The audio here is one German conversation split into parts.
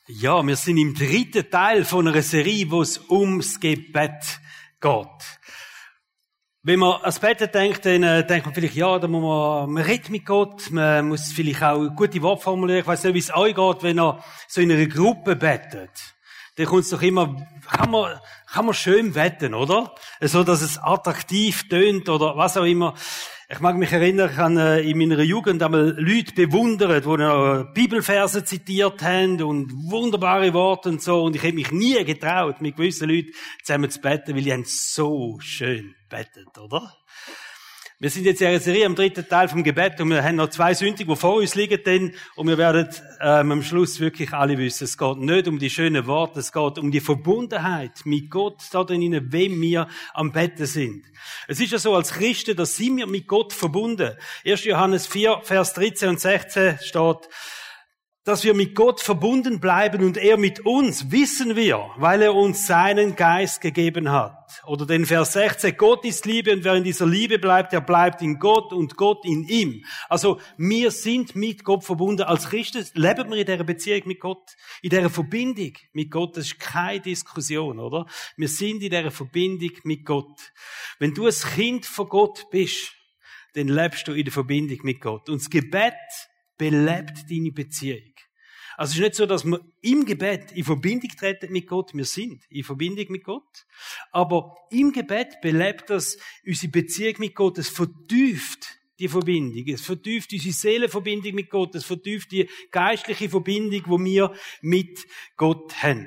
Ja, wir sind im dritten Teil von einer Serie, wo es ums Gebet geht. Wenn man ans Beten denkt, dann denkt man vielleicht, ja, da muss man redet mit Gott, man muss vielleicht auch gute Worte formulieren. Ich weiss nicht, wie es euch geht, wenn ihr so in einer Gruppe betet. Dann kommt es doch immer, kann man schön beten, oder? So, dass es attraktiv tönt oder was auch immer. Ich mag mich erinnern, ich habe in meiner Jugend einmal Leute bewundert, die noch Bibelverse zitiert haben und wunderbare Worte und so. Und ich hätte mich nie getraut, mit gewissen Leuten zusammen zu beten, weil die haben so schön betet, oder? Wir sind jetzt in einer Serie am dritten Teil vom Gebet und wir haben noch 2 Sündige, die vor uns liegen dann, und wir werden am Schluss wirklich alle wissen, es geht nicht um die schönen Worte, es geht um die Verbundenheit mit Gott da drinnen, wenn wir am Betten sind. Es ist ja so, als Christen, da sind wir mit Gott verbunden. 1. Johannes 4, Vers 13 und 16 steht, dass wir mit Gott verbunden bleiben und er mit uns, wissen wir, weil er uns seinen Geist gegeben hat. Oder den Vers 16, Gott ist Liebe und wer in dieser Liebe bleibt, der bleibt in Gott und Gott in ihm. Also wir sind mit Gott verbunden. Als Christen leben wir in dieser Beziehung mit Gott, in dieser Verbindung mit Gott. Das ist keine Diskussion, oder? Wir sind in dieser Verbindung mit Gott. Wenn du ein Kind von Gott bist, dann lebst du in der Verbindung mit Gott. Und das Gebet belebt deine Beziehung. Also es ist nicht so, dass wir im Gebet in Verbindung treten mit Gott. Wir sind in Verbindung mit Gott. Aber im Gebet belebt das unsere Beziehung mit Gott. Es vertieft die Verbindung. Es vertieft unsere Seelenverbindung mit Gott. Es vertieft die geistliche Verbindung, die wir mit Gott haben.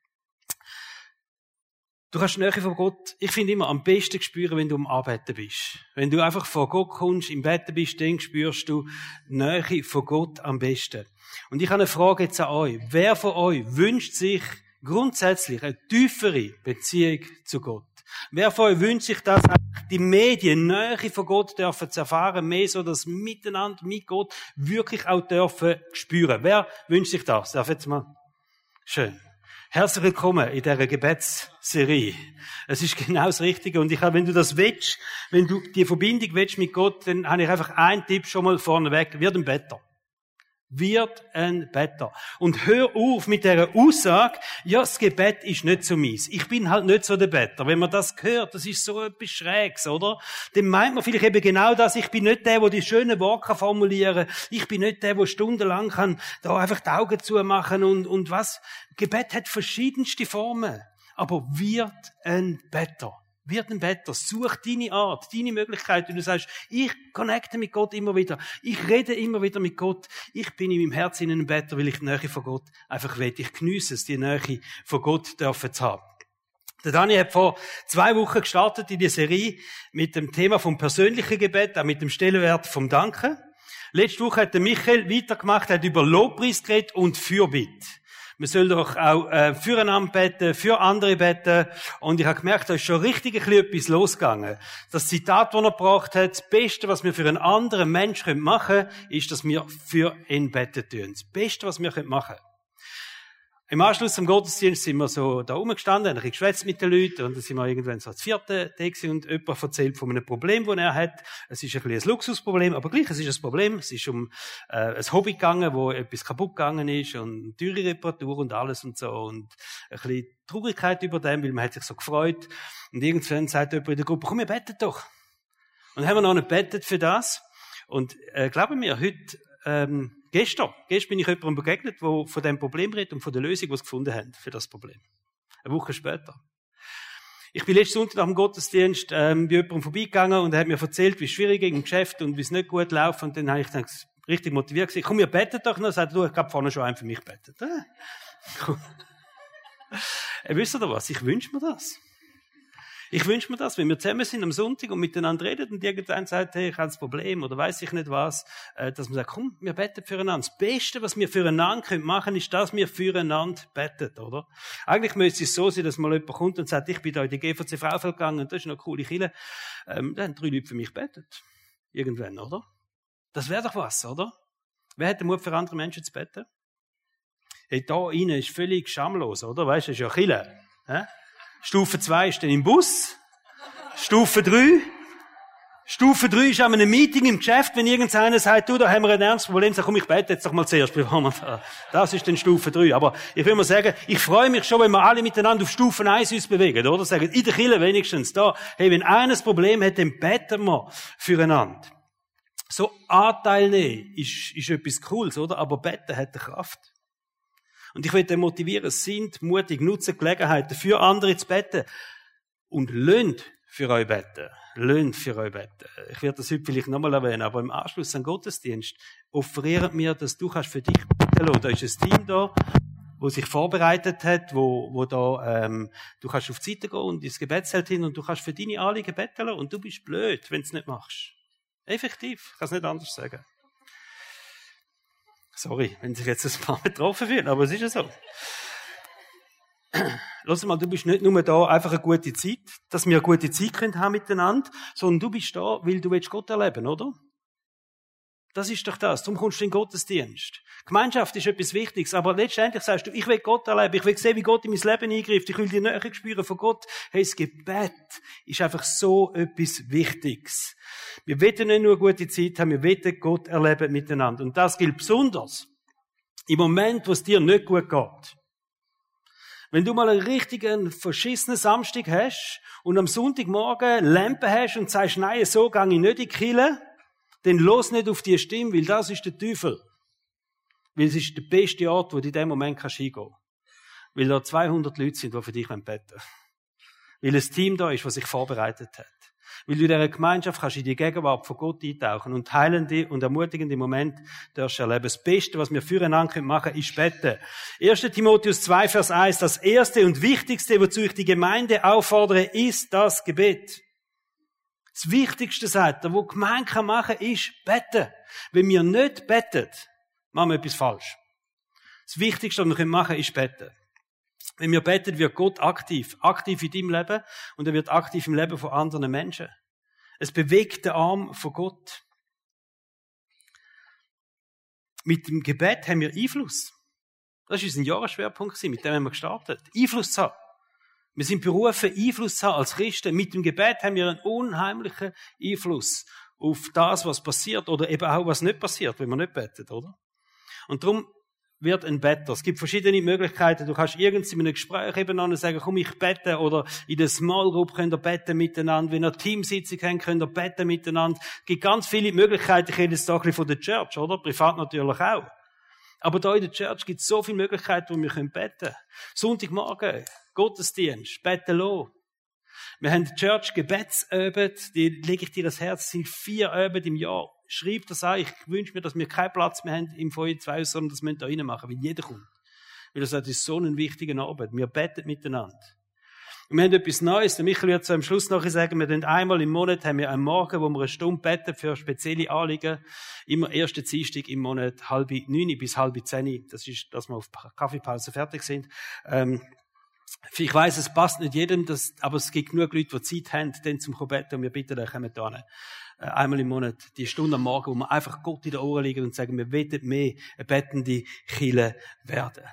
Du kannst die Nähe von Gott, ich finde immer, am besten spüren, wenn du am Arbeiten bist. Wenn du einfach vor Gott kommst, im Bett bist, dann spürst du die Nähe von Gott am besten. Und ich habe eine Frage jetzt an euch. Wer von euch wünscht sich grundsätzlich eine tiefere Beziehung zu Gott? Wer von euch wünscht sich, dass die Medien Nähe von Gott dürfen zu erfahren, mehr so, dass miteinander mit Gott wirklich auch dürfen spüren? Wer wünscht sich das? Darf jetzt mal? Schön. Herzlich willkommen in dieser Gebetsserie. Es ist genau das Richtige. Und wenn du das willst, wenn du die Verbindung willst mit Gott, dann habe ich einfach einen Tipp schon mal vorneweg. Wird ein Better. Wird ein Better. Und hör auf mit dieser Aussage, ja, das Gebet ist nicht so mies. Ich bin halt nicht so der Better. Wenn man das hört, das ist so etwas Schräges, oder? Dann meint man vielleicht eben genau das, ich bin nicht der, der die schönen Worte formulieren kann. Ich bin nicht der, der stundenlang kann da einfach die Augen zumachen und was. Gebet hat verschiedenste Formen. Aber wird ein Better. Wird ein Better. Such deine Art, deine Möglichkeit. Und du sagst, ich connecte mit Gott immer wieder. Ich rede immer wieder mit Gott. Ich bin in meinem Herzen in einem Better, weil ich die Nähe von Gott einfach will. Ich geniesse es, die Nähe von Gott dürfen zu haben. Der Dani hat vor 2 Wochen gestartet in die Serie mit dem Thema vom persönlichen Gebet, auch mit dem Stellenwert vom Danken. Letzte Woche hat der Michael weitergemacht, hat über Lobpreis geredet und Fürbitte. Wir sollen doch auch füreinander beten, für andere beten. Und ich habe gemerkt, da ist schon richtig ein bisschen etwas losgegangen. Das Zitat, das er gebracht hat, das Beste, was wir für einen anderen Menschen machen können, ist, dass wir für ihn beten tun. Das Beste, was wir machen können. Im Anschluss am Gottesdienst sind wir so da rumgestanden, haben ein bisschen geschwätzt mit den Leuten und dann sind wir irgendwann so das 4. Tag und jemand erzählt von einem Problem, das er hat. Es ist ein bisschen ein Luxusproblem, aber gleich, es ist ein Problem. Es ist um ein Hobby gegangen, wo etwas kaputt gegangen ist und teure Reparatur und alles und so und ein bisschen Traurigkeit über dem, weil man hat sich so gefreut. Und irgendwann sagt jemand in der Gruppe, komm, wir beten doch. Und dann haben wir noch nicht gebetet für das. Und glauben mir, heute Gestern bin ich jemandem begegnet, der von dem Problem redet und von der Lösung, die sie gefunden haben für das Problem. Eine Woche später. Ich bin letzten Sonntag nach dem Gottesdienst bei jemandem vorbeigegangen und er hat mir erzählt, wie schwierig es im Geschäft und wie es nicht gut läuft. Und dann habe ich dann richtig motiviert gesagt, komm, wir beten doch noch. Er sagt, du, ich habe vorne schon einen für mich gebetet. Wisst ihr was? Ich wünsche mir das. Ich wünsche mir das, wenn wir zusammen sind am Sonntag und miteinander reden und irgendeiner sagt, hey, ich habe ein Problem oder weiss ich nicht was, dass man sagt, komm, wir beten füreinander. Das Beste, was wir füreinander machen können, ist, dass wir füreinander beten, oder? Eigentlich müsste es so sein, dass mal jemand kommt und sagt, ich bin da in die GVC Fraufeld gegangen und das ist noch eine coole Kirche. Dann haben 3 Leute für mich gebetet. Irgendwann, oder? Das wäre doch was, oder? Wer hat den Mut für andere Menschen zu beten? Hey, da rein ist völlig schamlos, oder? Weißt du, das ist ja Kirche. Stufe 2 ist dann im Bus. Stufe 3 Stufe 3 ist an einem Meeting im Geschäft, wenn irgendeiner sagt, du, da haben wir ein ernstes Problem, sag, komm, ich bete jetzt doch mal zuerst, bevor wir da. Das ist dann Stufe 3. Aber ich will mal sagen, ich freue mich schon, wenn wir alle miteinander auf Stufe 1 uns bewegen, oder? Sagen, in der Kirche wenigstens, da, hey, wenn einer ein Problem hat, dann beten wir füreinander. So Anteil nehmen ist etwas Cooles, oder? Aber beten hat eine Kraft. Und ich will dich motivieren, sind mutig, nutzen Gelegenheiten für andere zu beten. Und löhnt für euch beten. Löhnt für euch beten. Ich werde das heute vielleicht nochmal erwähnen, aber im Anschluss an Gottesdienst offeriert mir, dass du kannst für dich beten lassen. Da ist ein Team da, wo sich vorbereitet hat, wo da, du kannst auf die Seite gehen und ins Gebetszelt hin und du kannst für deine Anliegen beten lassen und du bist blöd, wenn du es nicht machst. Effektiv. Ich kann es nicht anders sagen. Sorry, wenn sich jetzt ein paar betroffen fühlen, aber es ist ja so. Lass mal, du bist nicht nur da einfach eine gute Zeit, dass wir eine gute Zeit haben können miteinander, sondern du bist da, weil du Gott erleben willst, oder? Das ist doch das. Darum kommst du in den Gottesdienst. Gemeinschaft ist etwas Wichtiges, aber letztendlich sagst du, ich will Gott erleben, ich will sehen, wie Gott in mein Leben eingreift, ich will die Nähe spüren von Gott. Hey, das Gebet ist einfach so etwas Wichtiges. Wir wollen nicht nur eine gute Zeit haben, wir wollen Gott erleben miteinander. Und das gilt besonders im Moment, wo es dir nicht gut geht. Wenn du mal einen richtigen, verschissenen Samstag hast und am Sonntagmorgen Lampen hast und sagst, nein, so gehe ich nicht in die Kirche, dann los nicht auf die Stimme, weil das ist der Teufel. Weil es ist der beste Ort, wo du in dem Moment hingehen kannst. Weil da 200 Leute sind, die für dich beten wollen. Weil ein Team da ist, das sich vorbereitet hat. Weil du in dieser Gemeinschaft kannst in die Gegenwart von Gott eintauchen und heilende und ermutigende Momente darfst erleben. Das Beste, was wir füreinander machen können, ist beten. 1. Timotheus 2, Vers 1. Das erste und wichtigste, wozu ich die Gemeinde auffordere, ist das Gebet. Das Wichtigste, sagt er, was die Gemeinde machen kann, ist beten. Wenn wir nicht beten, machen wir etwas falsch. Das Wichtigste, was wir machen können, ist beten. Wenn wir beten, wird Gott aktiv. Aktiv in deinem Leben und er wird aktiv im Leben von anderen Menschen. Es bewegt den Arm von Gott. Mit dem Gebet haben wir Einfluss. Das war unser Jahresschwerpunkt, mit dem haben wir gestartet. Einfluss zu haben. Wir sind berufen, Einfluss zu haben als Christen. Mit dem Gebet haben wir einen unheimlichen Einfluss auf das, was passiert oder eben auch, was nicht passiert, wenn man nicht betet, oder? Und darum wird ein Better. Es gibt verschiedene Möglichkeiten. Du kannst irgendwie in einem Gespräch eben noch sagen, komm, ich bete, oder in der Small Group könnt ihr beten miteinander. Wenn ihr Teamsitzung habt, könnt ihr beten miteinander. Es gibt ganz viele Möglichkeiten. Ich rede jetzt da ein bisschen von der Church, oder? Privat natürlich auch. Aber da in der Church gibt es so viele Möglichkeiten, wo wir beten können. Sonntagmorgen, Gottesdienst, beten lassen. Wir haben die Church Gebetsabend, die lege ich dir das Herz, es sind 4 Abende im Jahr. Schreib das an, ich wünsche mir, dass wir keinen Platz mehr haben im Feuer 2, sondern dass wir da rein machen, weil jeder kommt. Weil das ist so ein wichtiger Abend. Wir beten miteinander. Und wir haben etwas Neues. Der Michael wird so am Schluss noch sagen, wir haben einmal im Monat haben wir einen Morgen, wo wir eine Stunde beten für spezielle Anliegen. Immer ersten Dienstag im Monat 8:30 bis 9:30. Das ist, dass wir auf Kaffeepause fertig sind. Ich weiss, es passt nicht jedem, aber es gibt genug Leute, die Zeit haben, dann zum Beten, und wir bitten euch, kommt da hin. Einmal im Monat, die Stunde am Morgen, wo wir einfach Gott in den Ohren liegen und sagen, wir wollen mehr eine bettende Kirche werden.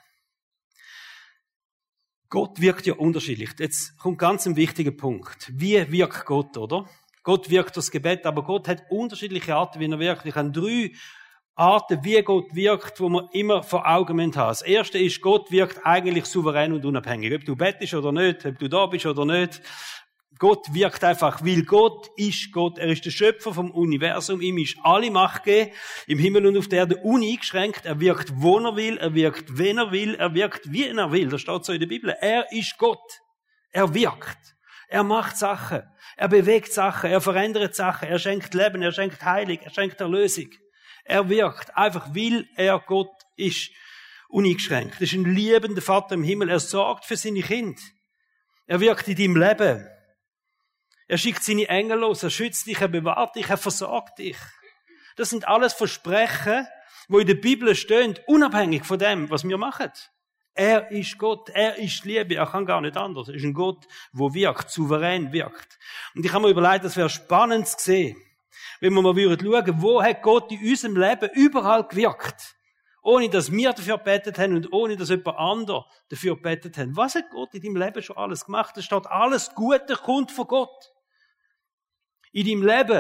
Gott wirkt ja unterschiedlich. Jetzt kommt ganz ein wichtiger Punkt. Wie wirkt Gott, oder? Gott wirkt das Gebet, aber Gott hat unterschiedliche Arten, wie er wirkt. Ich habe 3 Arten, wie Gott wirkt, wo man immer vor Augen haben. Das erste ist, Gott wirkt eigentlich souverän und unabhängig. Ob du bettest oder nicht, ob du da bist oder nicht. Gott wirkt einfach, weil Gott ist Gott. Er ist der Schöpfer vom Universum. Ihm ist alle Macht gegeben, im Himmel und auf der Erde, uneingeschränkt. Er wirkt, wo er will, er wirkt, wenn er will, er wirkt, wie er will. Das steht so in der Bibel. Er ist Gott. Er wirkt. Er macht Sachen. Er bewegt Sachen. Er verändert Sachen. Er schenkt Leben. Er schenkt Heilung. Er schenkt Erlösung. Er wirkt, einfach weil er Gott ist. Uneingeschränkt. Das ist ein liebender Vater im Himmel. Er sorgt für seine Kinder. Er wirkt in deinem Leben. Er schickt seine Engel los, er schützt dich, er bewahrt dich, er versorgt dich. Das sind alles Versprechen, die in der Bibel stehen, unabhängig von dem, was wir machen. Er ist Gott, er ist Liebe, er kann gar nicht anders. Er ist ein Gott, der wirkt, souverän wirkt. Und ich habe mir überlegt, das wäre spannend zu sehen, wenn wir mal schauen würden, wo hat Gott in unserem Leben überall gewirkt. Ohne dass wir dafür gebetet haben und ohne dass jemand anderes dafür gebetet hat. Was hat Gott in deinem Leben schon alles gemacht? Es steht, alles Gute kommt von Gott. In deinem Leben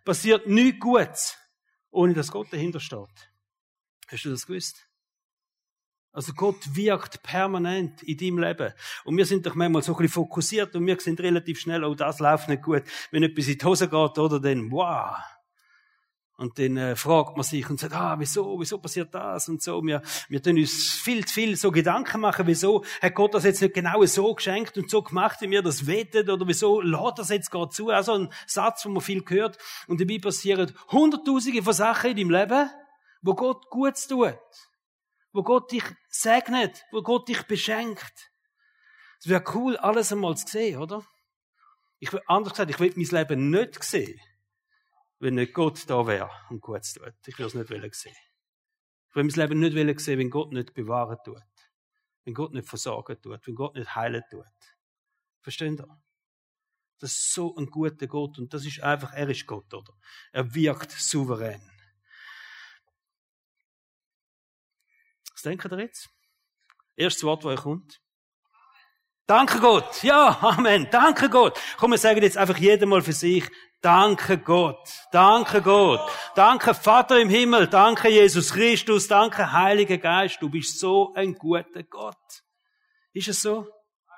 passiert nichts Gutes, ohne dass Gott dahinter steht. Hast du das gewusst? Also Gott wirkt permanent in deinem Leben. Und wir sind doch manchmal so ein bisschen fokussiert und wir sind relativ schnell, oh, das läuft nicht gut. Wenn etwas in die Hose geht, oder, dann, wow. Und dann fragt man sich und sagt, wieso passiert das und so. Wir tun uns viel zu viel so Gedanken machen, wieso hat Gott das jetzt nicht genau so geschenkt und so gemacht, wie wir das wettet, oder wieso lädt das jetzt gerade zu. Also ein Satz, den man viel hört. Und dabei passieren Hunderttausende von Sachen in deinem Leben, wo Gott Gutes tut. Wo Gott dich segnet, wo Gott dich beschenkt. Es wäre cool, alles einmal zu sehen, oder? Anders gesagt, ich will mein Leben nicht sehen, wenn nicht Gott da wäre und Gutes tut. Ich will es nicht sehen. Ich will mein Leben nicht sehen, wenn Gott nicht bewahren tut. Wenn Gott nicht versorgen tut. Wenn Gott nicht heilen tut. Versteht ihr? Das ist so ein guter Gott und das ist einfach, er ist Gott, oder? Er wirkt souverän. Was denkt ihr jetzt? Erstes Wort, das euch kommt. Danke Gott. Ja, Amen. Danke Gott. Komm, wir sagen jetzt einfach jedem mal für sich. Danke Gott. Danke Gott. Danke Vater im Himmel. Danke Jesus Christus. Danke Heiliger Geist. Du bist so ein guter Gott. Ist es so?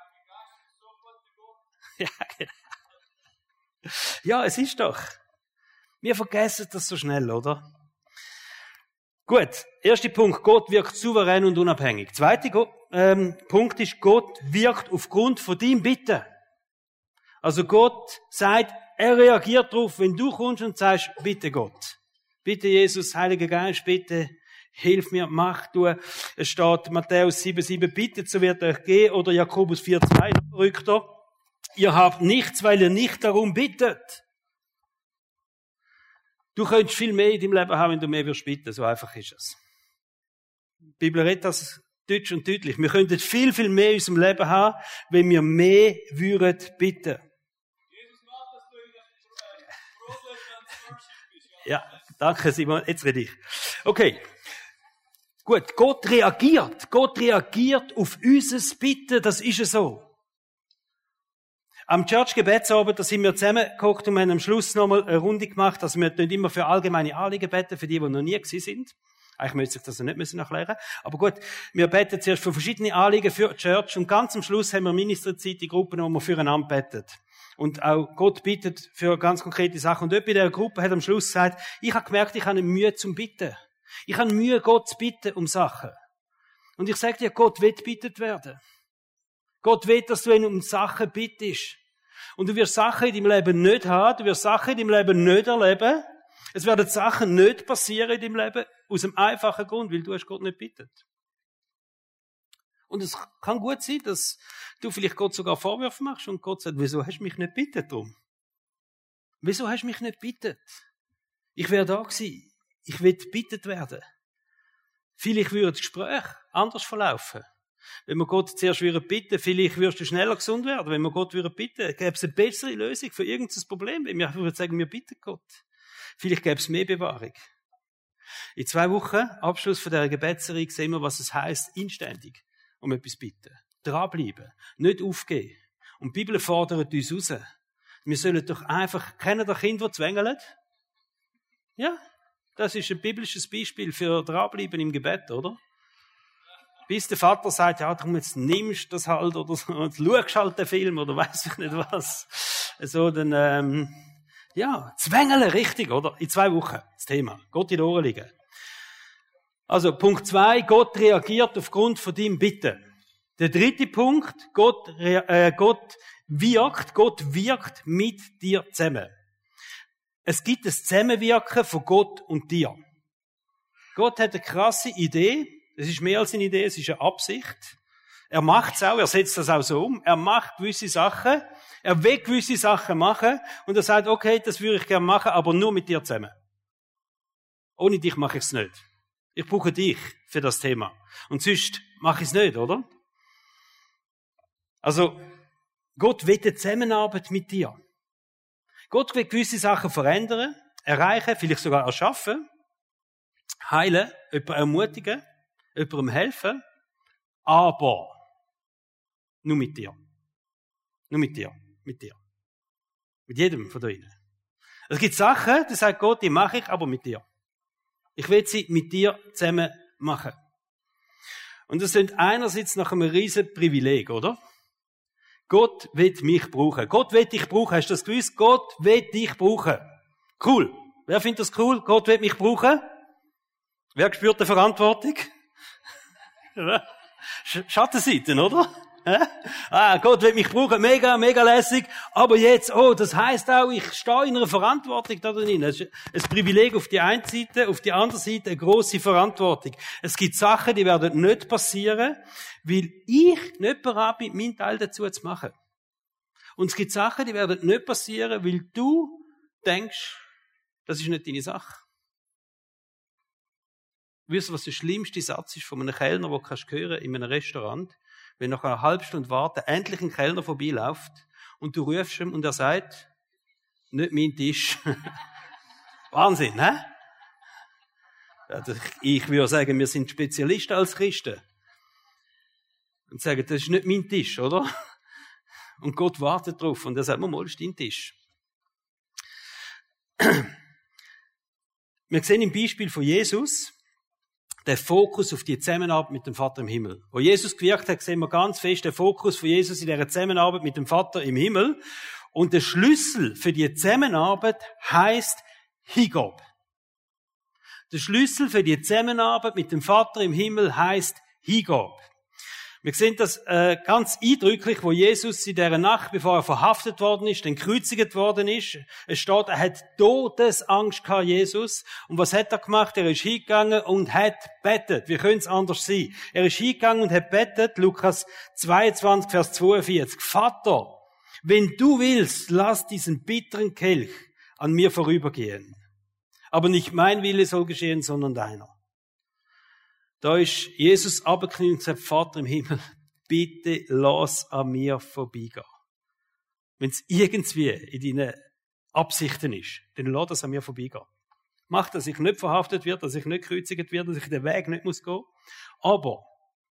Ja, genau. Ja, es ist doch. Wir vergessen das so schnell, oder? Gut, erster Punkt, Gott wirkt souverän und unabhängig. Zweiter Punkt ist, Gott wirkt aufgrund von deinem Bitten. Also Gott sagt, er reagiert darauf, wenn du kommst und sagst, bitte Gott. Bitte Jesus, Heiliger Geist, bitte hilf mir, mach du. Es steht Matthäus 7,7, bittet, so wird euch gehen, oder Jakobus 4,2, rückt ihr habt nichts, weil ihr nicht darum bittet. Du könntest viel mehr in deinem Leben haben, wenn du mehr wirst bitten. So einfach ist es. Die Bibel redet das deutsch und deutlich. Wir könnten viel, viel mehr in unserem Leben haben, wenn wir mehr würden bitten. Jesus macht, dass du in der Worship bist. Ja, danke Simon. Jetzt rede ich. Okay. Gut. Gott reagiert. Gott reagiert auf unser Bitten. Das ist es so. Am Church-Gebetsabend, da sind wir zusammengeguckt und wir haben am Schluss nochmal eine Runde gemacht, dass wir nicht immer für allgemeine Anliegen beten, für die noch nie gewesen sind. Eigentlich müsste ich das nicht erklären. Aber gut, wir beten zuerst für verschiedene Anliegen für die Church und ganz am Schluss haben wir Ministerzeit, die Gruppen, wo wir füreinander beten. Und auch Gott bittet für ganz konkrete Sachen. Und jemand in dieser Gruppe hat am Schluss gesagt, ich habe gemerkt, ich habe Mühe zum Bitten. Ich habe Mühe, Gott zu bitten um Sachen. Und ich sage dir, Gott will bittet werden. Gott will, dass du ihn um Sachen bittest. Und du wirst Sachen in deinem Leben nicht haben, du wirst Sachen in deinem Leben nicht erleben. Es werden Sachen nicht passieren in deinem Leben, aus einem einfachen Grund, weil du hast Gott nicht bittet. Und es kann gut sein, dass du vielleicht Gott sogar Vorwürfe machst und Gott sagt, wieso hast du mich nicht bittet drum? Wieso hast du mich nicht bittet? Ich wäre da gewesen. Ich will bittet werden. Vielleicht würde das Gespräch anders verlaufen. Wenn wir Gott zuerst bitten, vielleicht wirst du schneller gesund werden. Wenn wir Gott bitten, gäbe es eine bessere Lösung für irgendein Problem. Wenn wir würden sagen, wir bitten Gott. Vielleicht gäbe es mehr Bewahrung. In 2 Wochen, Abschluss von dieser Gebetsserie, sehen wir, was es heisst, inständig um etwas bitten. Dranbleiben. Nicht aufgeben. Und die Bibel fordert uns raus. Wir sollen doch einfach, kennen doch Kinder, die zwängeln? Ja, das ist ein biblisches Beispiel für Dranbleiben im Gebet, oder? Bis der Vater sagt, ja, darum jetzt nimmst du das halt, oder so, und schaust halt den Film, oder weiss ich nicht was. So, dann, ja, zwängeln, richtig, oder? In 2 Wochen, das Thema. Gott in die Ohren liegen. Also, Punkt 2, Gott reagiert aufgrund von deinem Bitten. Der 3. Punkt, Gott wirkt mit dir zusammen. Es gibt ein Zusammenwirken von Gott und dir. Gott hat eine krasse Idee. Es ist mehr als eine Idee, es ist eine Absicht. Er macht es auch, er setzt das auch so um. Er macht gewisse Sachen, er will gewisse Sachen machen und er sagt, okay, das würde ich gerne machen, aber nur mit dir zusammen. Ohne dich mache ich es nicht. Ich brauche dich für das Thema. Und sonst mache ich es nicht, oder? Also, Gott will eine Zusammenarbeit mit dir. Gott will gewisse Sachen verändern, erreichen, vielleicht sogar erschaffen, heilen, jemanden ermutigen, jemandem helfen, aber nur mit dir. Nur mit dir. Mit dir. Mit jedem von euch. Es gibt Sachen, die sagt Gott, die mache ich aber mit dir. Ich will sie mit dir zusammen machen. Und das sind einerseits nach einem riesen Privileg, oder? Gott will mich brauchen. Gott will dich brauchen. Hast du das gewusst? Gott will dich brauchen. Cool. Wer findet das cool? Gott will mich brauchen. Wer spürt die Verantwortung? Schattenseiten, oder? Gott will mich brauchen. Mega, mega lässig. Aber jetzt, das heisst auch, ich stehe in einer Verantwortung da drin. Es ist ein Privileg auf die eine Seite, auf die andere Seite eine grosse Verantwortung. Es gibt Sachen, die werden nicht passieren, weil ich nicht bereit bin, meinen Teil dazu zu machen. Und es gibt Sachen, die werden nicht passieren, weil du denkst, das ist nicht deine Sache. Wisst ihr, was der schlimmste Satz ist von einem Kellner, den du hören kannst in einem Restaurant? Wenn nach einer halben Stunde warten endlich ein Kellner vorbeiläuft und du rufst ihm und er sagt, nicht mein Tisch. Wahnsinn, ne? Ich würde sagen, wir sind Spezialisten als Christen. Und sagen, das ist nicht mein Tisch, oder? Und Gott wartet drauf und er sagt, mal, ist dein Tisch. Wir sehen im Beispiel von Jesus, der Fokus auf die Zusammenarbeit mit dem Vater im Himmel. Wo Jesus gewirkt hat, sehen wir ganz fest den Fokus von Jesus in dieser Zusammenarbeit mit dem Vater im Himmel. Und der Schlüssel für die Zusammenarbeit heisst Hingabe. Der Schlüssel für die Zusammenarbeit mit dem Vater im Himmel heisst Hingabe. Wir sehen das ganz eindrücklich, wo Jesus in dieser Nacht, bevor er verhaftet worden ist, dann gekreuzigt worden ist. Es steht, er hat Todesangst gehabt, Jesus. Und was hat er gemacht? Er ist hingegangen und hat bettet. Wie könnte es anders sein? Er ist hingegangen und hat bettet. Lukas 22, Vers 42. Vater, wenn du willst, lass diesen bitteren Kelch an mir vorübergehen. Aber nicht mein Wille soll geschehen, sondern deiner. Da ist Jesus runtergekniet und gesagt, Vater im Himmel, bitte lass an mir vorbeigehen. Wenn es irgendwie in deinen Absichten ist, dann lass das an mir vorbeigehen. Mach, dass ich nicht verhaftet werde, dass ich nicht gekreuzigt werde, dass ich den Weg nicht muss gehen. Aber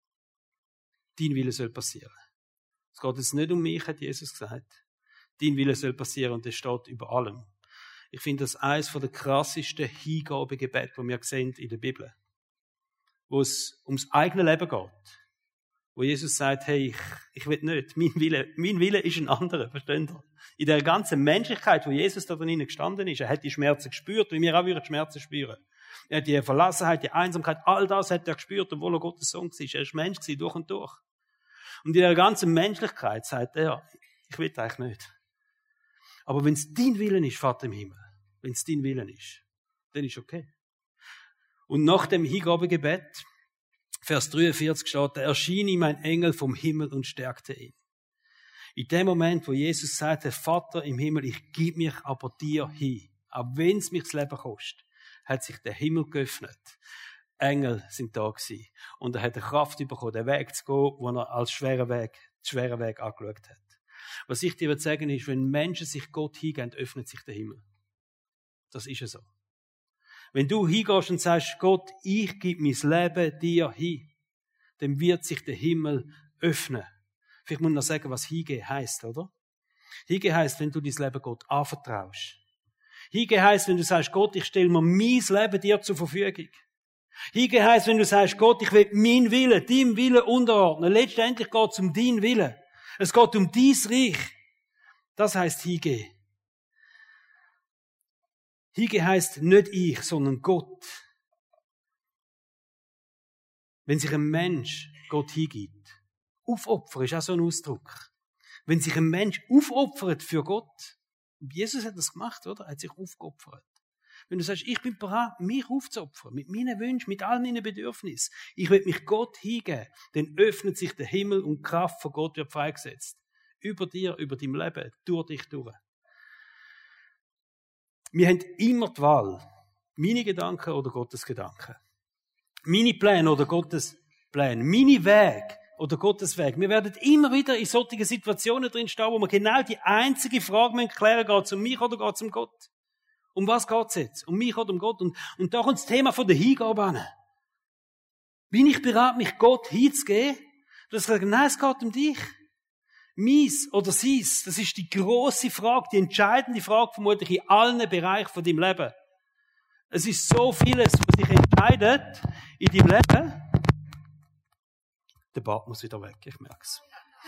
dein Wille soll passieren. Es geht jetzt nicht um mich, hat Jesus gesagt. Dein Wille soll passieren und das steht über allem. Ich finde das eines der krassesten Hingabegebete, die wir sehen in der Bibel. Wo es ums eigene Leben geht. Wo Jesus sagt, hey, ich will nicht. Mein Wille ist ein anderer, versteht ihr? In der ganzen Menschlichkeit, wo Jesus da drinnen gestanden ist, er hat die Schmerzen gespürt, wie wir auch würden Schmerzen spüren. Er hat die Verlassenheit, die Einsamkeit, all das hat er gespürt, obwohl er Gottes Sohn war. Er ist Mensch gewesen, durch und durch. Und in der ganzen Menschlichkeit sagt er, ich will eigentlich nicht. Aber wenn es dein Willen ist, Vater im Himmel, wenn es dein Willen ist, dann ist okay. Und nach dem Hingabegebet, Vers 43 steht, da erschien ihm ein Engel vom Himmel und stärkte ihn. In dem Moment, wo Jesus sagte, Vater im Himmel, ich gebe mich aber dir hin, auch wenn es mich das Leben kostet, hat sich der Himmel geöffnet. Engel sind da gewesen. Und er hat die Kraft bekommen, den Weg zu gehen, den er als schweren Weg angeschaut hat. Was ich dir sagen will, ist, wenn Menschen sich Gott hingeben, öffnet sich der Himmel. Das ist ja so. Wenn du hingehst und sagst, Gott, ich gebe mein Leben dir hin, dann wird sich der Himmel öffnen. Vielleicht muss ich noch sagen, was hingehen heisst, oder? Hingehen heisst, wenn du dein Leben Gott anvertraust. Hingehen heisst, wenn du sagst, Gott, ich stelle mir mein Leben dir zur Verfügung. Hingehen heisst, wenn du sagst, Gott, ich will meinen Willen, deinem Willen unterordnen. Letztendlich geht es um deinen Willen. Es geht um dein Reich. Das heisst hingehen. Hingehen heisst nicht ich, sondern Gott. Wenn sich ein Mensch Gott hingibt, aufopfern ist auch so ein Ausdruck. Wenn sich ein Mensch aufopfert für Gott, Jesus hat das gemacht, oder? Er hat sich aufgeopfert. Wenn du sagst, ich bin bereit, mich aufzuopfern, mit meinen Wünschen, mit all meinen Bedürfnissen, ich will mich Gott hingeben, dann öffnet sich der Himmel und die Kraft von Gott wird freigesetzt. Über dir, über dein Leben, durch dich durch. Wir haben immer die Wahl, meine Gedanken oder Gottes Gedanken. Meine Pläne oder Gottes Pläne. Meine Weg oder Gottes Weg. Wir werden immer wieder in solchen Situationen drin stehen, wo wir genau die einzige Frage klären müssen, geht es um mich oder geht es um Gott? Um was geht es jetzt? Um mich oder um Gott? Und da kommt das Thema von der Hingabe an. Bin ich bereit, mich Gott hinzugeben? Du sagst, nein, es geht um dich. Mies oder seins? Das ist die grosse Frage, die entscheidende Frage vermutlich in allen Bereichen von deinem Leben. Es ist so vieles, was sich entscheidet in deinem Leben. Der Bart muss wieder weg, ich merk's.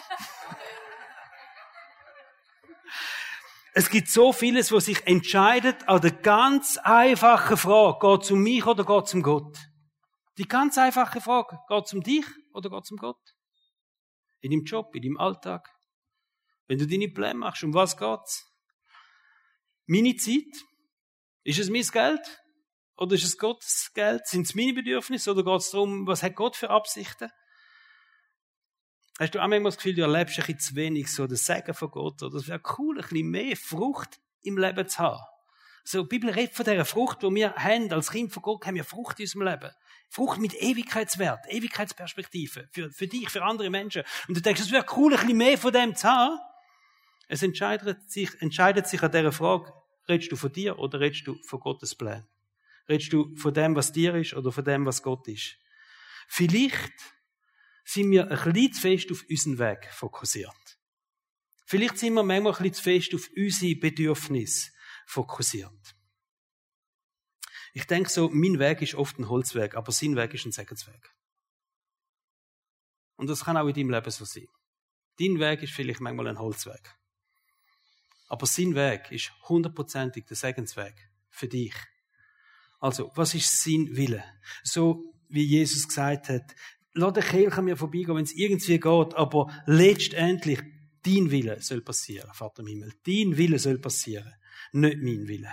Es gibt so vieles, was sich entscheidet an der ganz einfachen Frage, geht es um mich oder geht es um Gott? Die ganz einfache Frage, geht es um dich oder geht es um Gott? In deinem Job, in deinem Alltag? Wenn du deine Pläne machst, um was geht's? Meine Zeit? Ist es mein Geld? Oder ist es Gottes Geld? Sind es meine Bedürfnisse? Oder geht es darum, was hat Gott für Absichten? Hast du auch manchmal das Gefühl, du erlebst ein bisschen zu wenig so das Segen von Gott? Oder es wäre cool, ein bisschen mehr Frucht im Leben zu haben. So, die Bibel redet von dieser Frucht, die wir haben. Als Kind von Gott haben wir Frucht in unserem Leben. Frucht mit Ewigkeitswert, Ewigkeitsperspektive. Für dich, für andere Menschen. Und du denkst, es wäre cool, ein bisschen mehr von dem zu haben. Es entscheidet sich an dieser Frage, redest du von dir oder redest du von Gottes Plan? Redest du von dem, was dir ist oder von dem, was Gott ist? Vielleicht sind wir ein bisschen zu fest auf unseren Weg fokussiert. Vielleicht sind wir manchmal ein bisschen zu fest auf unsere Bedürfnisse fokussiert. Ich denke so, mein Weg ist oft ein Holzweg, aber sein Weg ist ein Segensweg. Und das kann auch in deinem Leben so sein. Dein Weg ist vielleicht manchmal ein Holzweg. Aber sein Weg ist 100%ig der Segensweg für dich. Also, was ist sein Wille? So wie Jesus gesagt hat, lass den Kelch an mir vorbeigehen, wenn es irgendwie geht, aber letztendlich, dein Wille soll passieren, Vater im Himmel. Dein Wille soll passieren, nicht mein Wille.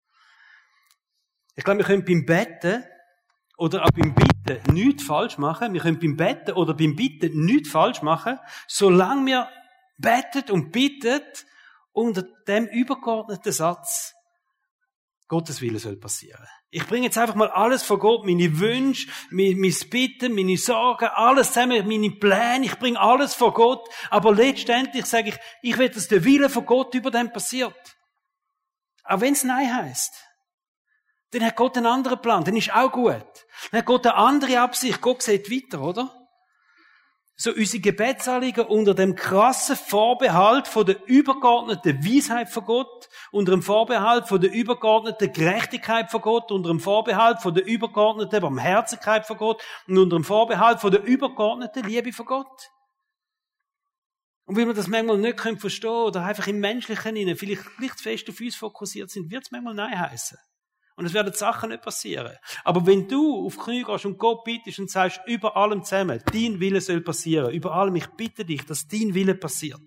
Ich glaube, wir können beim Betten oder auch beim Bitten nichts falsch machen. Wir können beim Betten oder beim Bitten nichts falsch machen, solange wir beten und bitten unter dem übergeordneten Satz, Gottes Wille soll passieren. Ich bringe jetzt einfach mal alles vor Gott, meine Wünsche, mein Bitten, meine Sorgen, alles zusammen, meine Pläne, ich bringe alles vor Gott, aber letztendlich sage ich will, dass der Wille von Gott über dem passiert. Auch wenn es Nein heisst. Dann hat Gott einen anderen Plan, dann ist auch gut. Dann hat Gott eine andere Absicht, Gott sieht weiter, oder? So unsere Gebetsanliegen unter dem krassen Vorbehalt von der übergeordneten Weisheit von Gott, unter dem Vorbehalt von der übergeordneten Gerechtigkeit von Gott, unter dem Vorbehalt von der übergeordneten Barmherzigkeit von Gott und unter dem Vorbehalt von der übergeordneten Liebe von Gott. Und wenn wir das manchmal nicht verstehen können oder einfach im Menschlichen hinein, vielleicht zu fest auf uns fokussiert sind, wird es manchmal Nein heißen. Und es werden Sachen nicht passieren. Aber wenn du auf die Knie gehst und Gott bittest und sagst, über allem zusammen, dein Wille soll passieren, über allem, ich bitte dich, dass dein Wille passiert.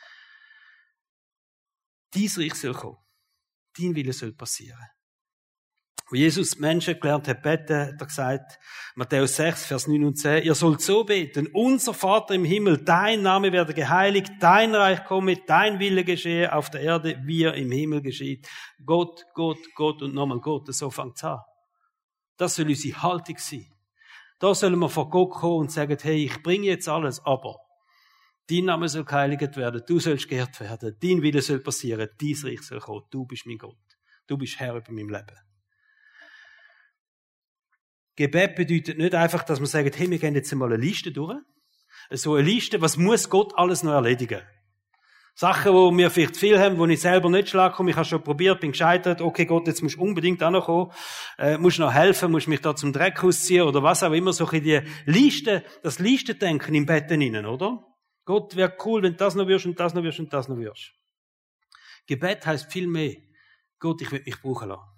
Dein Reich soll kommen. Dein Wille soll passieren. Wo Jesus Menschen gelernt hat beten, hat er gesagt, Matthäus 6, Vers 9 und 10, ihr sollt so beten, unser Vater im Himmel, dein Name werde geheiligt, dein Reich komme, dein Wille geschehe auf der Erde, wie er im Himmel geschieht. Gott, Gott, Gott und nochmal Gott, so fängt es an. Das soll unsere Haltung sein. Da sollen wir vor Gott kommen und sagen, hey, ich bringe jetzt alles, aber dein Name soll geheiligt werden, du sollst geehrt werden, dein Wille soll passieren, dein Reich soll kommen, du bist mein Gott, du bist Herr über mein Leben. Gebet bedeutet nicht einfach, dass man sagt, hey, wir gehen jetzt einmal eine Liste durch. So eine Liste, was muss Gott alles noch erledigen? Sachen, wo wir vielleicht viel haben, wo ich selber nicht schlage, ich habe schon probiert, bin gescheitert, okay Gott, jetzt musst du unbedingt auch noch kommen, musst noch helfen, musst mich da zum Dreck ausziehen oder was auch immer, so in die Liste, das Listendenken im Bett hinein, oder? Gott, wäre cool, wenn du das noch wirst und das noch wirst und das noch wirst. Gebet heisst viel mehr, Gott, ich will mich brauchen lassen.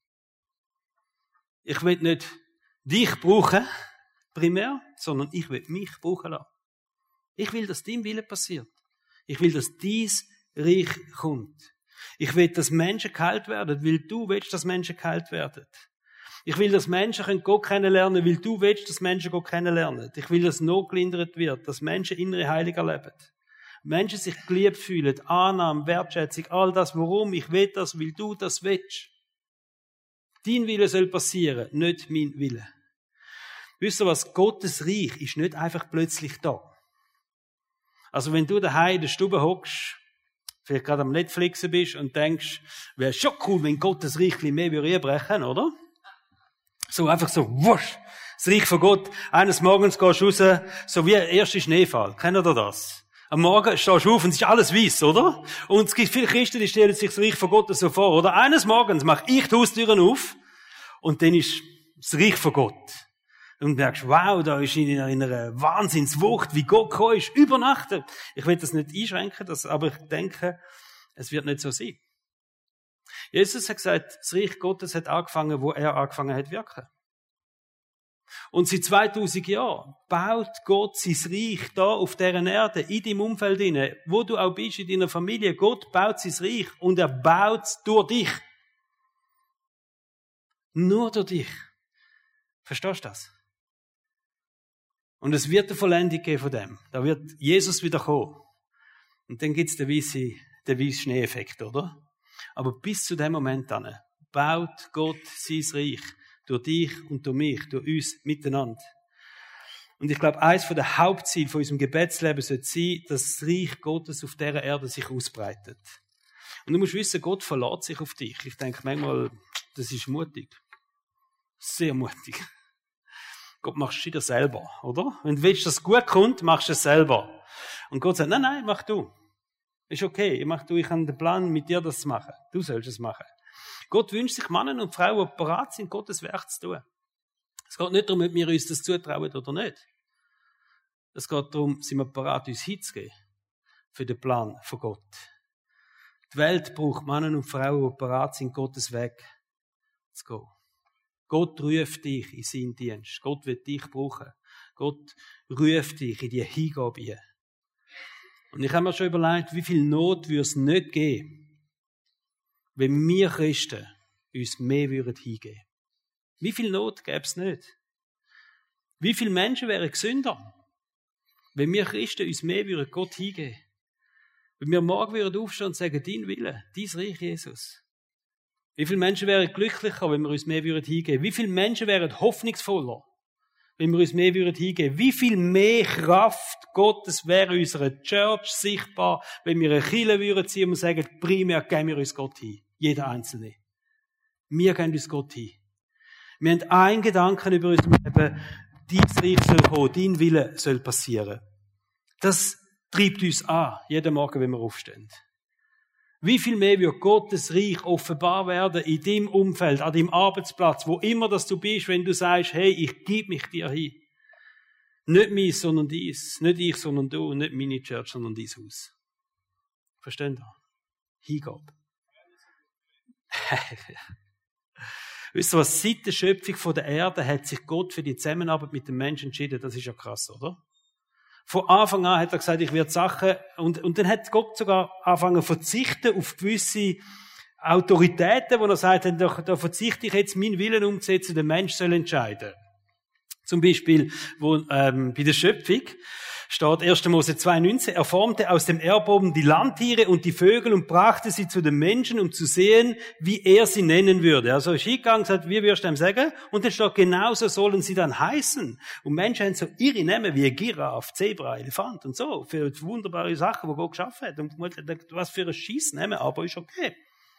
Ich will nicht dich brauchen, primär, sondern ich will mich brauchen lassen. Ich will, dass dein Wille passiert. Ich will, dass dies Reich kommt. Ich will, dass Menschen geheilt werden, weil du willst, dass Menschen geheilt werden. Ich will, dass Menschen Gott kennenlernen, weil du willst, dass Menschen Gott kennenlernen. Ich will, dass Not gelindert wird, dass Menschen innere Heilung erleben. Menschen sich geliebt fühlen, Annahme, Wertschätzung, all das, warum ich will das, weil du das willst. Dein Wille soll passieren, nicht mein Wille. Wisst ihr was? Gottes Reich ist nicht einfach plötzlich da. Also wenn du daheim in der Stube hockst, vielleicht gerade am Netflixen bist und denkst, wäre schon cool, wenn Gottes Reich ein bisschen mehr einbrechen, oder? So einfach so, wusch, das Reich von Gott. Eines Morgens gehst du raus, so wie der erste Schneefall. Kennt ihr das? Am Morgen stehst du auf und es ist alles weiss, oder? Und es gibt viele Christen, die stellen sich das Reich von Gott so vor, oder? Eines Morgens mache ich die Haustüren auf und dann ist das Reich von Gott. Und du merkst, wow, da ist in einer Wahnsinnswucht, wie Gott gekommen ist, über Nacht. Ich will das nicht einschränken, aber ich denke, es wird nicht so sein. Jesus hat gesagt, das Reich Gottes hat angefangen, wo er angefangen hat zu wirken. Und seit 2000 Jahren baut Gott sein Reich da auf dieser Erde, in deinem Umfeld hinein, wo du auch bist, in deiner Familie. Gott baut sein Reich und er baut es durch dich. Nur durch dich. Verstehst du das? Und es wird eine Vollendung geben von dem. Da wird Jesus wieder kommen. Und dann gibt es den weißen Schneeeffekt, oder? Aber bis zu dem Moment dann baut Gott sein Reich. Durch dich und durch mich, durch uns miteinander. Und ich glaube, eines der Hauptziele von unserem Gebetsleben sollte sein, dass das Reich Gottes auf dieser Erde sich ausbreitet. Und du musst wissen, Gott verlässt sich auf dich. Ich denke manchmal, das ist mutig. Sehr mutig. Gott machst du dir selber, oder? Wenn du willst, dass es gut kommt, machst du es selber. Und Gott sagt, nein, mach du. Ist okay, ich habe den Plan, mit dir das zu machen. Du sollst es machen. Gott wünscht sich Männer und Frauen, die bereit sind, Gottes Werk zu tun. Es geht nicht darum, ob wir uns das zutrauen oder nicht. Es geht darum, sind wir bereit, uns hinzugeben für den Plan von Gott. Die Welt braucht Männer und Frauen, die bereit sind, Gottes Weg zu gehen. Gott ruft dich in seinen Dienst. Gott will dich brauchen. Gott ruft dich in die Hingabe hinein. Und ich habe mir schon überlegt, wie viel Not würde es nicht geben, wenn wir Christen uns mehr hingeben würden. Wie viel Not gäbe es nicht? Wie viele Menschen wären gesünder, wenn wir Christen uns mehr Gott hingeben würden? Wenn wir morgen würden aufstehen und sagen, dein Wille, dein Reich, Jesus. Wie viele Menschen wären glücklicher, wenn wir uns mehr hingeben würden? Wie viele Menschen wären hoffnungsvoller, wenn wir uns mehr hingeben würden? Wie viel mehr Kraft Gottes wäre in unserer Church sichtbar, wenn wir eine Kirche würden ziehen und sagen, primär geben wir uns Gott hin. Jeder Einzelne. Wir geben uns Gott hin. Wir haben einen Gedanken über unser Leben, dein Reich soll kommen, dein Wille soll passieren. Das treibt uns an, jeden Morgen, wenn wir aufstehen. Wie viel mehr wird Gottes Reich offenbar werden in deinem Umfeld, an deinem Arbeitsplatz, wo immer das du bist, wenn du sagst, hey, ich gebe mich dir hin. Nicht meins, sondern dies. Nicht ich, sondern du. Nicht meine Church, sondern dein Haus. Versteht ihr? Hingabe. Wisst ihr was? Seit der Schöpfung der Erde hat sich Gott für die Zusammenarbeit mit dem Menschen entschieden. Das ist ja krass, oder? Von Anfang an hat er gesagt, ich werde Sachen, und dann hat Gott sogar angefangen zu verzichten auf gewisse Autoritäten, wo er sagt, da verzichte ich jetzt, meinen Willen umzusetzen, der Mensch soll entscheiden. Zum Beispiel, bei der Schöpfung steht 1. Mose 2,19, er formte aus dem Erdboden die Landtiere und die Vögel und brachte sie zu den Menschen, um zu sehen, wie er sie nennen würde. Also ist hingegangen und gesagt, wie wirst du ihm sagen? Und dann steht, genauso sollen sie dann heißen. Und Menschen haben so ihre Namen wie Giraffe, Zebra, Elefant und so, für wunderbare Sachen, die Gott geschaffen hat. Und was für ein Scheissnamen, aber ist okay.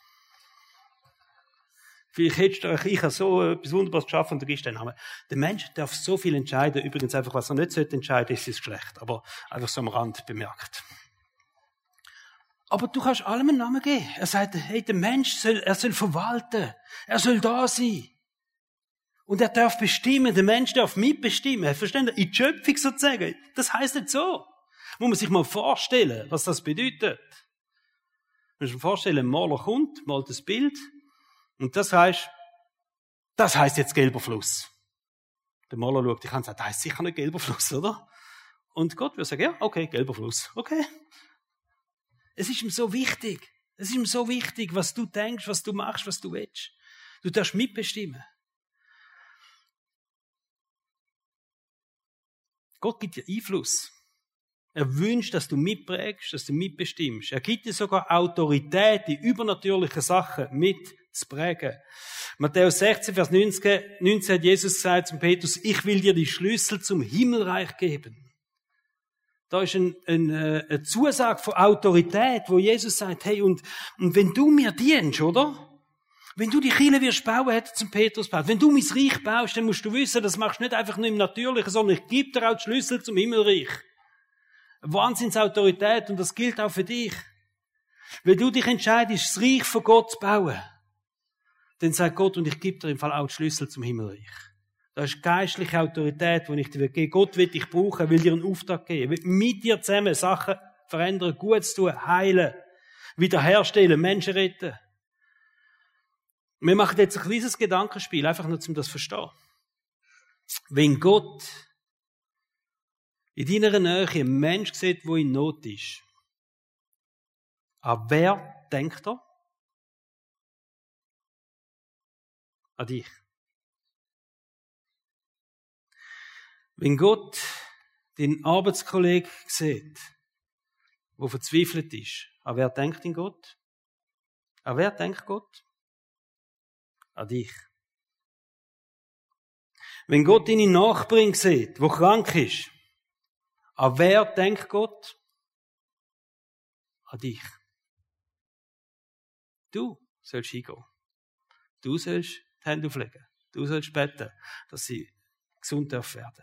Vielleicht hättest du, ich habe so etwas Wunderbares geschaffen und du gibst den Namen. Der Mensch darf so viel entscheiden. Übrigens einfach, was er nicht entscheiden sollte, ist das schlecht. Aber einfach so am Rand bemerkt. Aber du kannst allem einen Namen geben. Er sagt, hey, der Mensch soll verwalten. Er soll da sein. Und er darf bestimmen. Der Mensch darf mitbestimmen. Verstehen Sie? In die Schöpfung sozusagen. Das heisst nicht so. Muss man sich mal vorstellen, was das bedeutet. Man muss sich vorstellen, ein Maler kommt, malt das Bild. Und das heisst jetzt gelber Fluss. Der Maler schaut dich an und sagt, das heisst sicher nicht gelber Fluss, oder? Und Gott würde sagen, ja, okay, gelber Fluss, okay. Es ist ihm so wichtig. Es ist ihm so wichtig, was du denkst, was du machst, was du willst. Du darfst mitbestimmen. Gott gibt dir Einfluss. Er wünscht, dass du mitprägst, dass du mitbestimmst. Er gibt dir sogar Autorität, die übernatürlichen Sachen mit zu prägen. Matthäus 16, Vers 19 hat Jesus gesagt zum Petrus, ich will dir die Schlüssel zum Himmelreich geben. Da ist eine Zusage von Autorität, wo Jesus sagt, hey, und wenn du mir dienst, oder? Wenn du die Kirche wirst bauen, hat er zum Petrus gebaut. Wenn du mein Reich baust, dann musst du wissen, das machst du nicht einfach nur im Natürlichen, sondern ich gebe dir auch die Schlüssel zum Himmelreich. Eine Wahnsinnsautorität und das gilt auch für dich. Wenn du dich entscheidest, das Reich von Gott zu bauen, dann sagt Gott, und ich gebe dir im Fall auch die Schlüssel zum Himmelreich. Das ist geistliche Autorität, die ich dir gebe. Gott will dich brauchen, will dir einen Auftrag geben, will mit dir zusammen Sachen verändern, Gutes tun, heilen, wiederherstellen, Menschen retten. Wir machen jetzt ein kleines Gedankenspiel, einfach nur, um das zu verstehen. Wenn Gott in deiner Nähe einen Menschen sieht, der in Not ist, an wer denkt er? An dich. Wenn Gott den Arbeitskollegen sieht, der verzweifelt ist, an wer denkt ihn Gott? An wer denkt Gott? An dich. Wenn Gott deine Nachbarin sieht, der krank ist, an wer denkt Gott? An dich. Du sollst hingehen. Du sollst die Hände auflegen. Du sollst beten, dass sie gesund werden.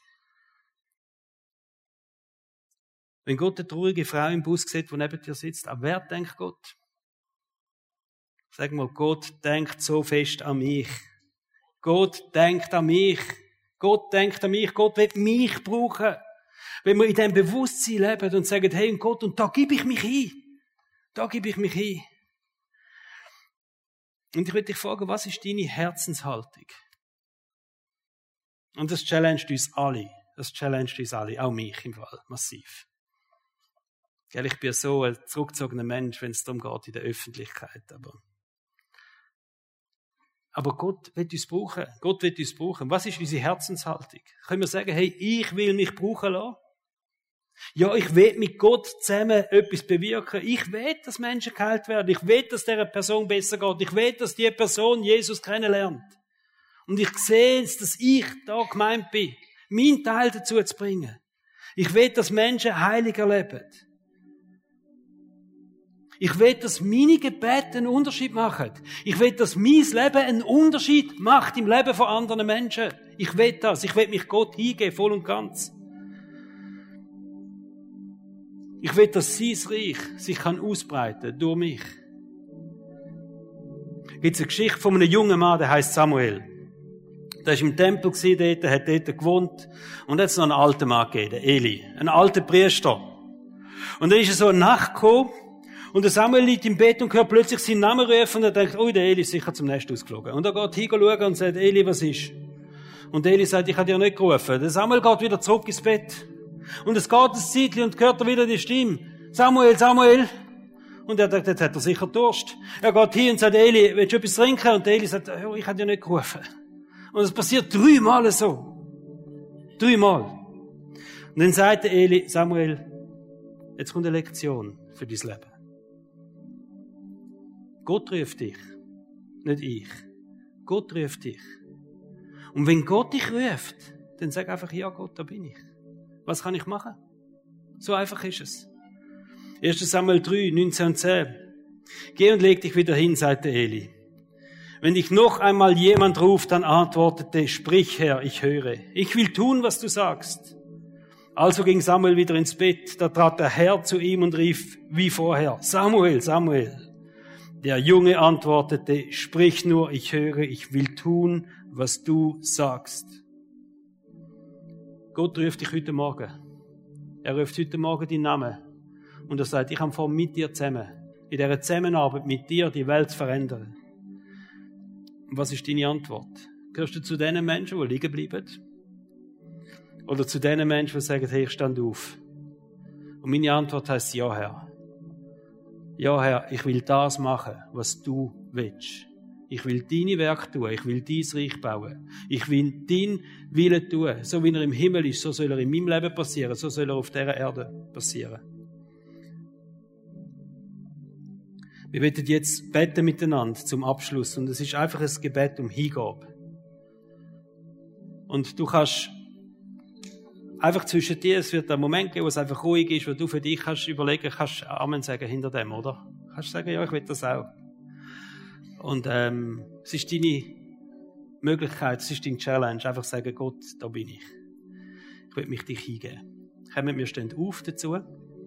Wenn Gott eine traurige Frau im Bus sieht, die neben dir sitzt, an wer denkt Gott? Sag mal, Gott denkt so fest an mich. Gott denkt an mich. Gott denkt an mich. Gott will mich brauchen. Wenn wir in diesem Bewusstsein leben und sagen, hey Gott, und da gebe ich mich hin. Da gebe ich mich hin. Und ich würde dich fragen, was ist deine Herzenshaltung? Und das challenged uns alle. Das challenged uns alle, auch mich im Fall, massiv. Ich bin so ein zurückgezogener Mensch, wenn es darum geht in der Öffentlichkeit. Aber Gott will uns brauchen. Gott will uns brauchen. Was ist unsere Herzenshaltung? Können wir sagen, hey, ich will mich brauchen lassen? Ja, ich will mit Gott zusammen etwas bewirken. Ich will, dass Menschen geheilt werden. Ich will, dass dieser Person besser geht. Ich will, dass die Person Jesus kennenlernt. Und ich sehe es, dass ich da gemeint bin, meinen Teil dazu zu bringen. Ich will, dass Menschen heilig erleben. Ich will, dass meine Gebete einen Unterschied machen. Ich will, dass mein Leben einen Unterschied macht im Leben von anderen Menschen. Ich will das. Ich will mich Gott hingeben, voll und ganz. Ich will, dass sein Reich sich ausbreiten kann durch mich. Es gibt eine Geschichte von einem jungen Mann, der heißt Samuel. Der war im Tempel dort, hat dort gewohnt. Und jetzt noch einen alten Mann gegeben, Eli. Einen alten Priester. Und dann ist er so eine Nacht gekommen. Und der Samuel liegt im Bett und hört plötzlich seinen Namen rufen und er denkt, oh, der Eli ist sicher zum Nest ausgeflogen. Und er geht hinschauen und sagt, Eli, was ist? Und Eli sagt, ich habe dir nicht gerufen. Der Samuel geht wieder zurück ins Bett. Und es geht ein Zeitchen und hört er wieder die Stimme. Samuel, Samuel. Und er denkt, jetzt hat er sicher Durst. Er geht hin und sagt, Eli, willst du etwas trinken? Und der Eli sagt, oh, ich habe dir nicht gerufen. Und es passiert 3 Mal so. 3 Mal. Und dann sagt der Eli, Samuel, jetzt kommt eine Lektion für dein Leben. Gott ruft dich, nicht ich. Gott ruft dich. Und wenn Gott dich ruft, dann sag einfach, ja Gott, da bin ich. Was kann ich machen? So einfach ist es. 1. Samuel 3, 19 und 10. Geh und leg dich wieder hin, sagte Eli. Wenn dich noch einmal jemand ruft, dann antwortete, sprich Herr, ich höre. Ich will tun, was du sagst. Also ging Samuel wieder ins Bett. Da trat der Herr zu ihm und rief wie vorher, Samuel, Samuel. Der Junge antwortete, sprich nur, ich höre, ich will tun, was du sagst. Gott ruft dich heute Morgen. Er ruft heute Morgen deinen Namen. Und er sagt, ich habe vor, mit dir zusammen, in dieser Zusammenarbeit mit dir die Welt zu verändern. Und was ist deine Antwort? Gehörst du zu den Menschen, die liegen bleiben? Oder zu den Menschen, die sagen, hey, ich stand auf? Und meine Antwort heisst, ja, Herr. Ja, Herr, ich will das machen, was du willst. Ich will deine Werke tun. Ich will dein Reich bauen. Ich will deinen Willen tun. So wie er im Himmel ist, so soll er in meinem Leben passieren. So soll er auf dieser Erde passieren. Wir werden jetzt beten miteinander zum Abschluss. Und es ist einfach ein Gebet um Hingabe. Und du kannst einfach zwischen dir, es wird einen Moment geben, wo es einfach ruhig ist, wo du für dich kannst überlegen, kannst Amen sagen hinter dem, oder? Kannst sagen, ja, ich will das auch. Und es ist deine Möglichkeit, es ist deine Challenge, einfach sagen, Gott, da bin ich. Ich will mich dich hingeben. Kommen wir stehen auf dazu.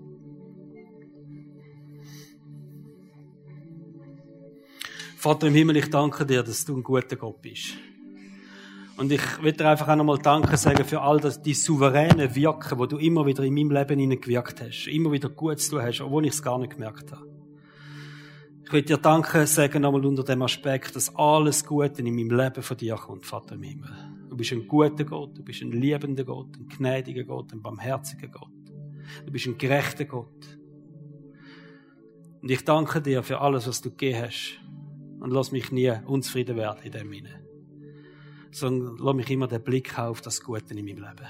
Vater im Himmel, ich danke dir, dass du ein guter Gott bist. Und ich will dir einfach auch nochmal Danke sagen für all das, die souveräne Wirken, wo du immer wieder in meinem Leben hineingewirkt hast. Immer wieder gut zu tun hast, obwohl ich es gar nicht gemerkt habe. Ich will dir Danke sagen nochmal unter dem Aspekt, dass alles Gute in meinem Leben von dir kommt, Vater im Himmel. Du bist ein guter Gott, du bist ein liebender Gott, ein gnädiger Gott, ein barmherziger Gott. Du bist ein gerechter Gott. Und ich danke dir für alles, was du gegeben hast. Und lass mich nie unzufrieden werden in dem hinein. Sondern lass mich immer den Blick haben auf das Gute in meinem Leben.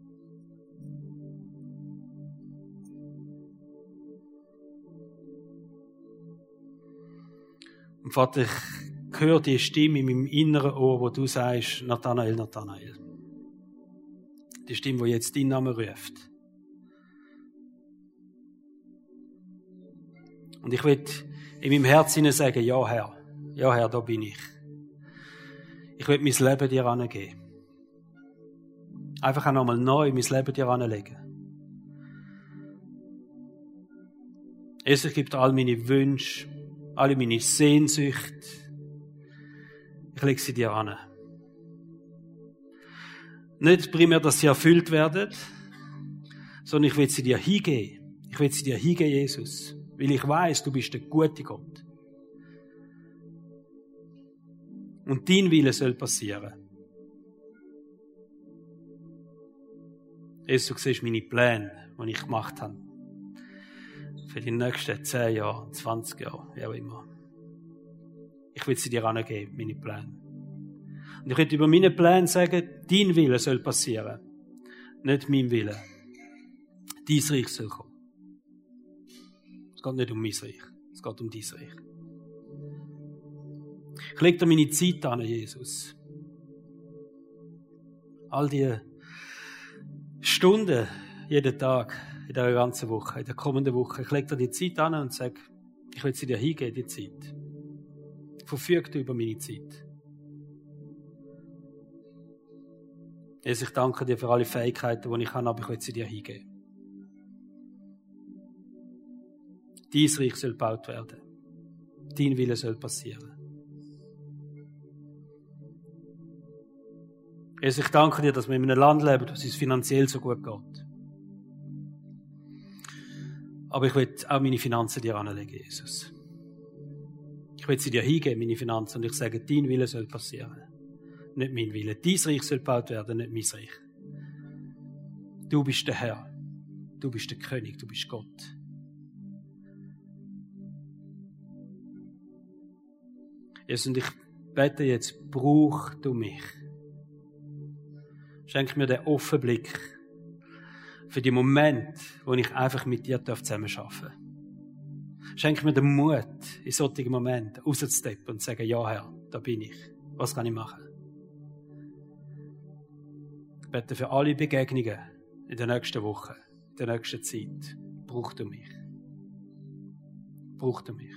Und Vater, ich höre die Stimme in meinem inneren Ohr, wo du sagst, Nathanael, Nathanael. Die Stimme, die jetzt deinen Namen ruft. Und ich will in meinem Herzen sagen, ja Herr, da bin ich. Ich will mein Leben dir angeben. Einfach auch nochmal neu mein Leben dir anlegen. Jesus gibt all meine Wünsche, alle meine Sehnsüchte. Ich lege sie dir an. Nicht primär, dass sie erfüllt werden, sondern ich will sie dir hingeben. Ich will sie dir hingeben, Jesus. Weil ich weiss, du bist der gute Gott. Und dein Wille soll passieren. Jesus, du siehst meine Pläne, die ich gemacht habe. Für die nächsten 10 Jahre, 20 Jahre, wie auch immer. Ich will sie dir angeben, meine Pläne. Und ich will über meine Pläne sagen, dein Wille soll passieren. Nicht mein Wille. Dein Reich soll kommen. Es geht nicht um mein Reich. Es geht um dein Reich. Ich lege dir meine Zeit an, Jesus. All die Stunden, jeden Tag, in der ganzen Woche, in der kommenden Woche. Ich lege dir die Zeit an und sage, ich will sie dir hingeben, die Zeit. Verfüge du über meine Zeit. Jesus, ich danke dir für alle Fähigkeiten, die ich habe, aber ich will sie dir hingeben. Dein Reich soll gebaut werden. Dein Wille soll passieren. Jesus, ich danke dir, dass wir in einem Land leben, wo es uns finanziell so gut geht. Aber ich will auch meine Finanzen dir anlegen, Jesus. Ich will sie dir hingeben, meine Finanzen, und ich sage, dein Wille soll passieren. Nicht mein Wille. Dein Reich soll gebaut werden, nicht mein Reich. Du bist der Herr. Du bist der König. Du bist Gott. Jesus, und ich bete jetzt, brauch du mich. Schenk mir den offenen Blick für die Momente, wo ich einfach mit dir zusammen arbeiten darf. Schenk mir den Mut, in solchen Momenten rauszusteppen und zu sagen, ja Herr, da bin ich. Was kann ich machen? Ich bete für alle Begegnungen in der nächsten Woche, in der nächsten Zeit. Brauch du mich. Brauch du mich.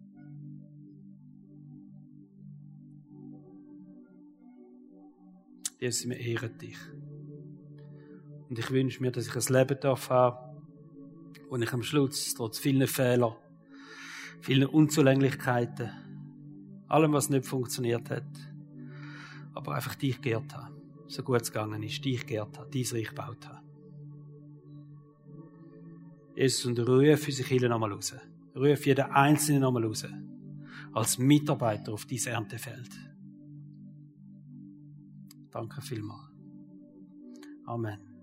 Jesus, wir ehren dich. Und ich wünsche mir, dass ich ein Leben haben, wo ich am Schluss, trotz vielen Fehlern, vielen Unzulänglichkeiten, allem, was nicht funktioniert hat, aber einfach dich geehrt habe. So gut es gegangen ist, dich geehrt habe, dein Reich gebaut habe. Jesus, und rufe unsere Kirche nochmal raus. Rufe jeden Einzelnen nochmal raus. Als Mitarbeiter auf dein Erntefeld. Danke vielmals. Amen.